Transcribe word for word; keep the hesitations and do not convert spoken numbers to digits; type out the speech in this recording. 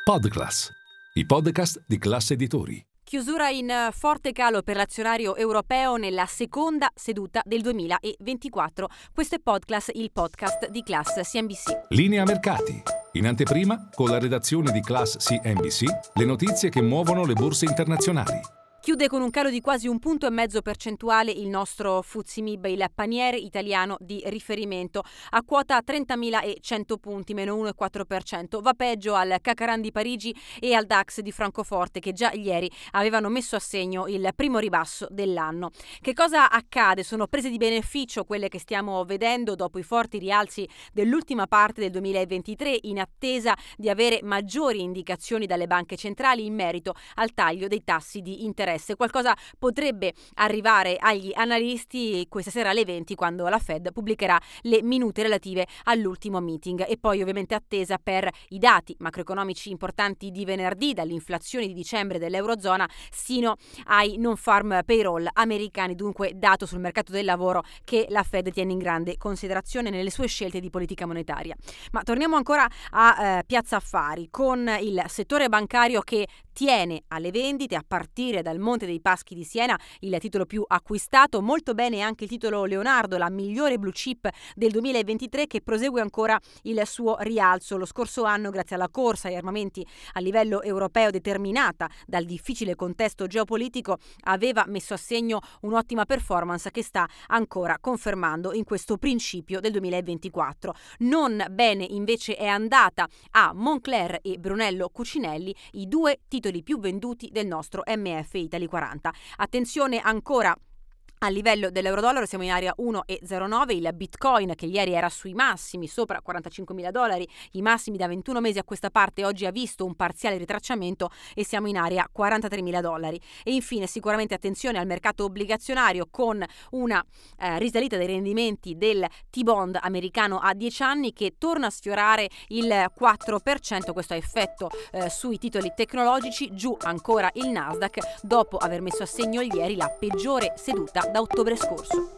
Podclass, i podcast di Class Editori. Chiusura in forte calo per l'azionario europeo nella seconda seduta del duemilaventiquattro. Questo è Podclass, il podcast di Class C N B C. Linea mercati. In anteprima, con la redazione di Class C N B C, le notizie che muovono le borse internazionali. Chiude con un calo di quasi un punto e mezzo percentuale il nostro F T S E M I B, il paniere italiano di riferimento, a quota trentamilaecento punti, meno uno virgola quattro per cento. Va peggio al Cacaran di Parigi e al DAX di Francoforte, che già ieri avevano messo a segno il primo ribasso dell'anno. Che cosa accade? Sono prese di beneficio quelle che stiamo vedendo dopo i forti rialzi dell'ultima parte del duemilaventitré, in attesa di avere maggiori indicazioni dalle banche centrali in merito al taglio dei tassi di interesse. Qualcosa potrebbe arrivare agli analisti questa sera alle venti, quando la Fed pubblicherà le minute relative all'ultimo meeting, e poi ovviamente attesa per i dati macroeconomici importanti di venerdì, dall'inflazione di dicembre dell'Eurozona sino ai non-farm payroll americani, dunque dato sul mercato del lavoro che la Fed tiene in grande considerazione nelle sue scelte di politica monetaria. Ma torniamo ancora a eh, Piazza Affari, con il settore bancario che tiene alle vendite, a partire dal Monte dei Paschi di Siena, il titolo più acquistato. Molto bene anche il titolo Leonardo, la migliore blue chip del duemilaventitré, che prosegue ancora il suo rialzo. Lo scorso anno, grazie alla corsa agli armamenti a livello europeo determinata dal difficile contesto geopolitico, aveva messo a segno un'ottima performance che sta ancora confermando in questo principio del duemilaventiquattro. Non bene invece è andata a Moncler e Brunello Cucinelli, i due titoli più venduti del nostro M F Italy quaranta. Attenzione ancora a livello dell'euro-dollaro, siamo in area uno virgola zero nove, il bitcoin che ieri era sui massimi, sopra quarantacinquemila dollari, i massimi da ventuno mesi a questa parte, oggi ha visto un parziale ritracciamento e siamo in area quarantatremila dollari. E infine sicuramente attenzione al mercato obbligazionario, con una eh, risalita dei rendimenti del T-bond americano a dieci anni che torna a sfiorare il quattro per cento, questo ha effetto eh, sui titoli tecnologici. Giù ancora il Nasdaq dopo aver messo a segno ieri la peggiore seduta da ottobre scorso.